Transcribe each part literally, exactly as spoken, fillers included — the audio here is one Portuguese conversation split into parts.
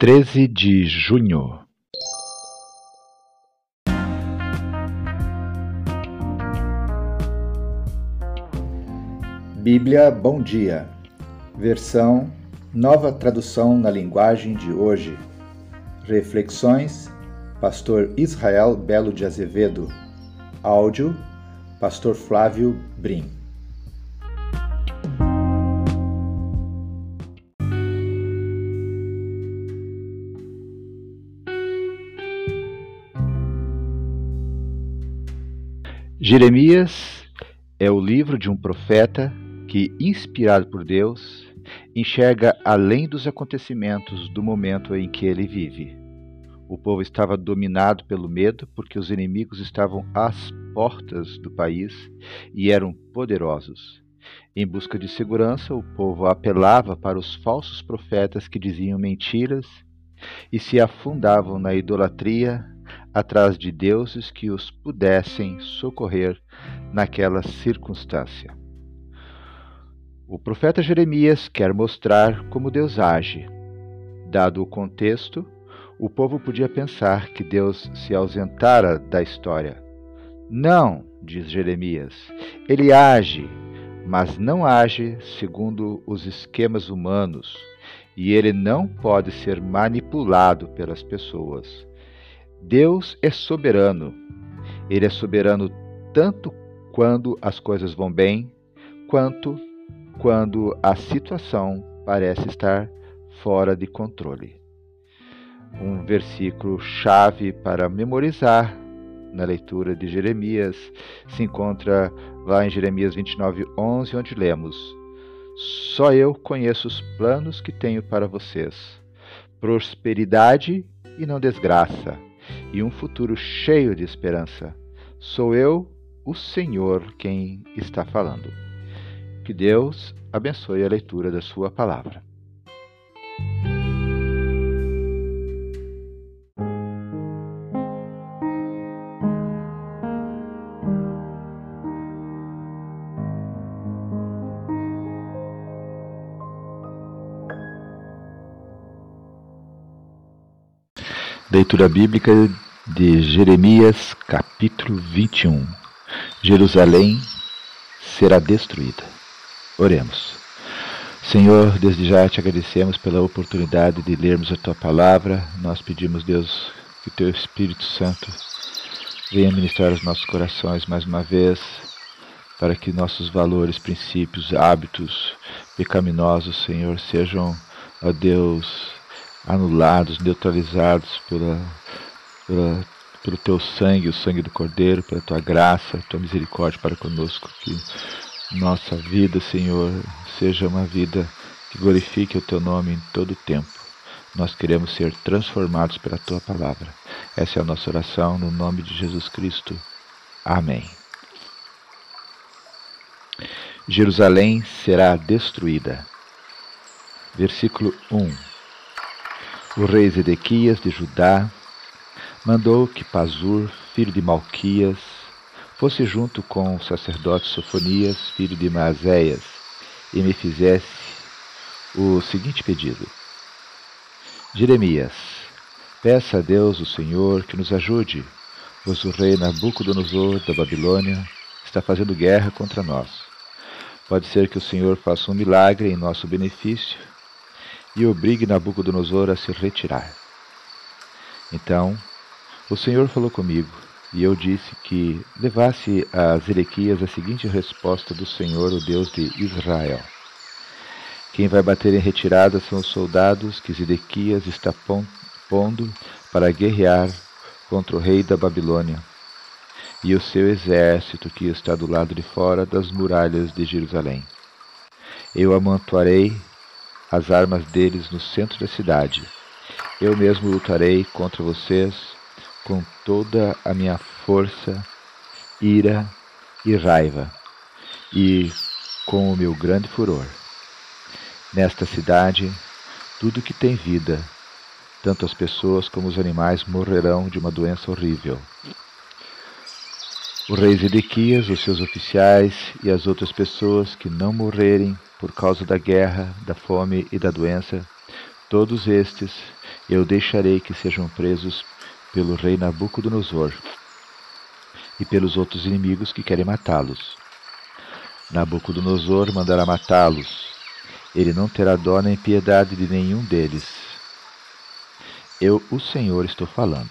treze de junho. Bíblia Bom Dia, versão Nova Tradução na Linguagem de Hoje. Reflexões, Pastor Israel Belo de Azevedo. Áudio, Pastor Flávio Brim. Jeremias é o livro de um profeta que, inspirado por Deus, enxerga além dos acontecimentos do momento em que ele vive. O povo estava dominado pelo medo porque os inimigos estavam às portas do país e eram poderosos. Em busca de segurança, o povo apelava para os falsos profetas que diziam mentiras e se afundavam na idolatria atrás de deuses que os pudessem socorrer naquela circunstância. O profeta Jeremias quer mostrar como Deus age. Dado o contexto, o povo podia pensar que Deus se ausentara da história. Não, diz Jeremias, ele age, mas não age segundo os esquemas humanos, e ele não pode ser manipulado pelas pessoas. Deus é soberano. Ele é soberano tanto quando as coisas vão bem, quanto quando a situação parece estar fora de controle. Um versículo chave para memorizar na leitura de Jeremias se encontra lá em Jeremias vinte e nove, onze, onde lemos: Só eu conheço os planos que tenho para vocês, prosperidade e não desgraça, e um futuro cheio de esperança. Sou eu, o Senhor, quem está falando. Que Deus abençoe a leitura da sua palavra. Leitura bíblica de Jeremias, capítulo vinte e um. Jerusalém será destruída. Oremos. Senhor, desde já te agradecemos pela oportunidade de lermos a tua palavra. Nós pedimos, Deus, que o teu Espírito Santo venha ministrar os nossos corações mais uma vez, para que nossos valores, princípios, hábitos pecaminosos, Senhor, sejam, ó Deus, anulados, neutralizados pela, pela, pelo teu sangue, o sangue do Cordeiro, pela tua graça, tua misericórdia para conosco. Que nossa vida, Senhor, seja uma vida que glorifique o teu nome em todo o tempo. Nós queremos ser transformados pela tua palavra. Essa é a nossa oração no nome de Jesus Cristo. Amém. Jerusalém será destruída. Versículo um. O rei Zedequias de Judá mandou que Pazur, filho de Malquias, fosse junto com o sacerdote Sofonias, filho de Maazéias, e me fizesse o seguinte pedido: Jeremias, peça a Deus, o Senhor, que nos ajude, pois o rei Nabucodonosor da Babilônia está fazendo guerra contra nós. Pode ser que o Senhor faça um milagre em nosso benefício e obrigue Nabucodonosor a se retirar. Então, o Senhor falou comigo, e eu disse que levasse a Zedequias a seguinte resposta do Senhor, o Deus de Israel: Quem vai bater em retirada são os soldados que Zedequias está pondo para guerrear contra o rei da Babilônia e o seu exército que está do lado de fora das muralhas de Jerusalém. Eu amontoarei as armas deles no centro da cidade. Eu mesmo lutarei contra vocês com toda a minha força, ira e raiva, e com o meu grande furor. Nesta cidade, tudo que tem vida, tanto as pessoas como os animais, morrerão de uma doença horrível. O rei Zedequias, os seus oficiais e as outras pessoas que não morrerem por causa da guerra, da fome e da doença, todos estes Eu deixarei que sejam presos pelo rei Nabucodonosor e pelos outros inimigos que querem matá-los. Nabucodonosor mandará matá-los. Ele não terá dó nem piedade de nenhum deles. Eu, o Senhor, estou falando.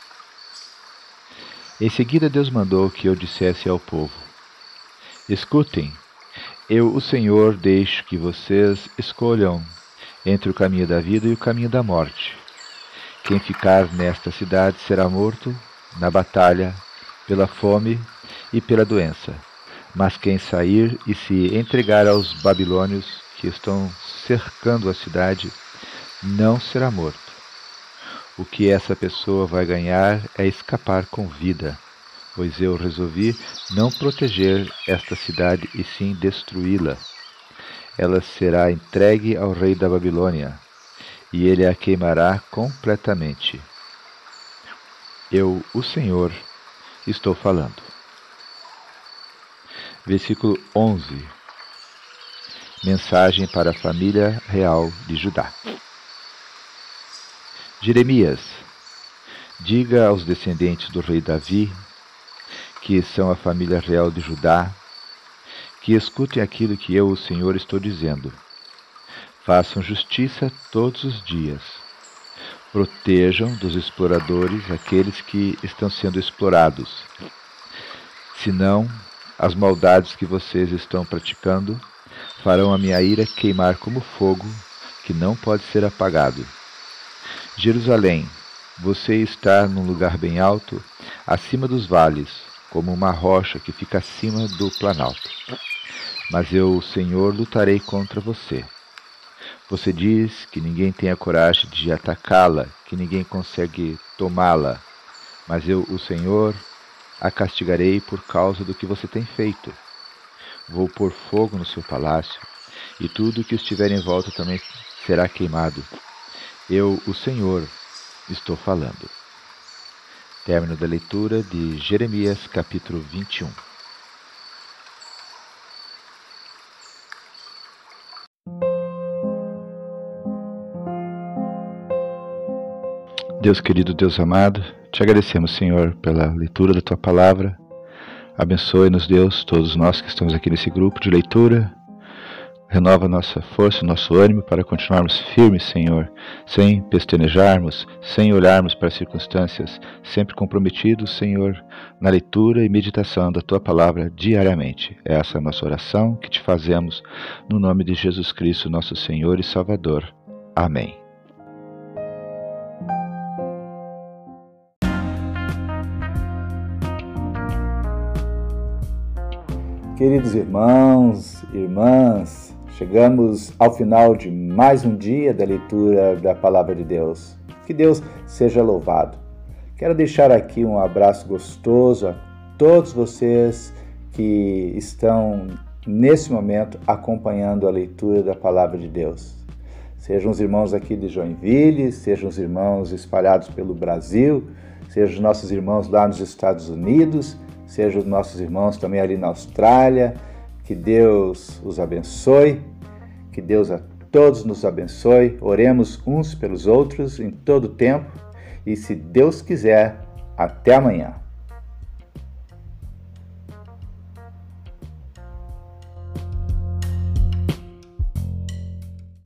Em seguida, Deus mandou que eu dissesse ao povo: escutem, eu, o Senhor, deixo que vocês escolham entre o caminho da vida e o caminho da morte. Quem ficar nesta cidade será morto na batalha, pela fome e pela doença. Mas quem sair e se entregar aos babilônios que estão cercando a cidade, não será morto. O que essa pessoa vai ganhar é escapar com vida, pois eu resolvi não proteger esta cidade e sim destruí-la. Ela será entregue ao rei da Babilônia, e ele a queimará completamente. Eu, o Senhor, estou falando. Versículo onze. Mensagem para a família real de Judá. Jeremias, diga aos descendentes do rei Davi, que são a família real de Judá, que escutem aquilo que eu, o Senhor, estou dizendo. Façam justiça todos os dias. Protejam dos exploradores aqueles que estão sendo explorados. Senão, as maldades que vocês estão praticando farão a minha ira queimar como fogo, que não pode ser apagado. Jerusalém, você está num lugar bem alto, acima dos vales, como uma rocha que fica acima do planalto. Mas eu, o Senhor, lutarei contra você. Você diz que ninguém tem a coragem de atacá-la, que ninguém consegue tomá-la. Mas eu, o Senhor, a castigarei por causa do que você tem feito. Vou pôr fogo no seu palácio, e tudo que estiver em volta também será queimado. Eu, o Senhor, estou falando. Término da leitura de Jeremias, capítulo vinte e um. Deus querido, Deus amado, te agradecemos, Senhor, pela leitura da Tua Palavra. Abençoe-nos, Deus, todos nós que estamos aqui nesse grupo de leitura. Renova nossa força, nosso ânimo para continuarmos firmes, Senhor, sem pestanejarmos, sem olharmos para as circunstâncias, sempre comprometidos, Senhor, na leitura e meditação da Tua Palavra diariamente. Essa é a nossa oração que te fazemos no nome de Jesus Cristo, nosso Senhor e Salvador. Amém. Queridos irmãos, irmãs, chegamos ao final de mais um dia da leitura da Palavra de Deus. Que Deus seja louvado. Quero deixar aqui um abraço gostoso a todos vocês que estão, nesse momento, acompanhando a leitura da Palavra de Deus. Sejam os irmãos aqui de Joinville, sejam os irmãos espalhados pelo Brasil, sejam os nossos irmãos lá nos Estados Unidos, sejam os nossos irmãos também ali na Austrália. Que Deus os abençoe, que Deus a todos nos abençoe. Oremos uns pelos outros em todo o tempo e, se Deus quiser, até amanhã.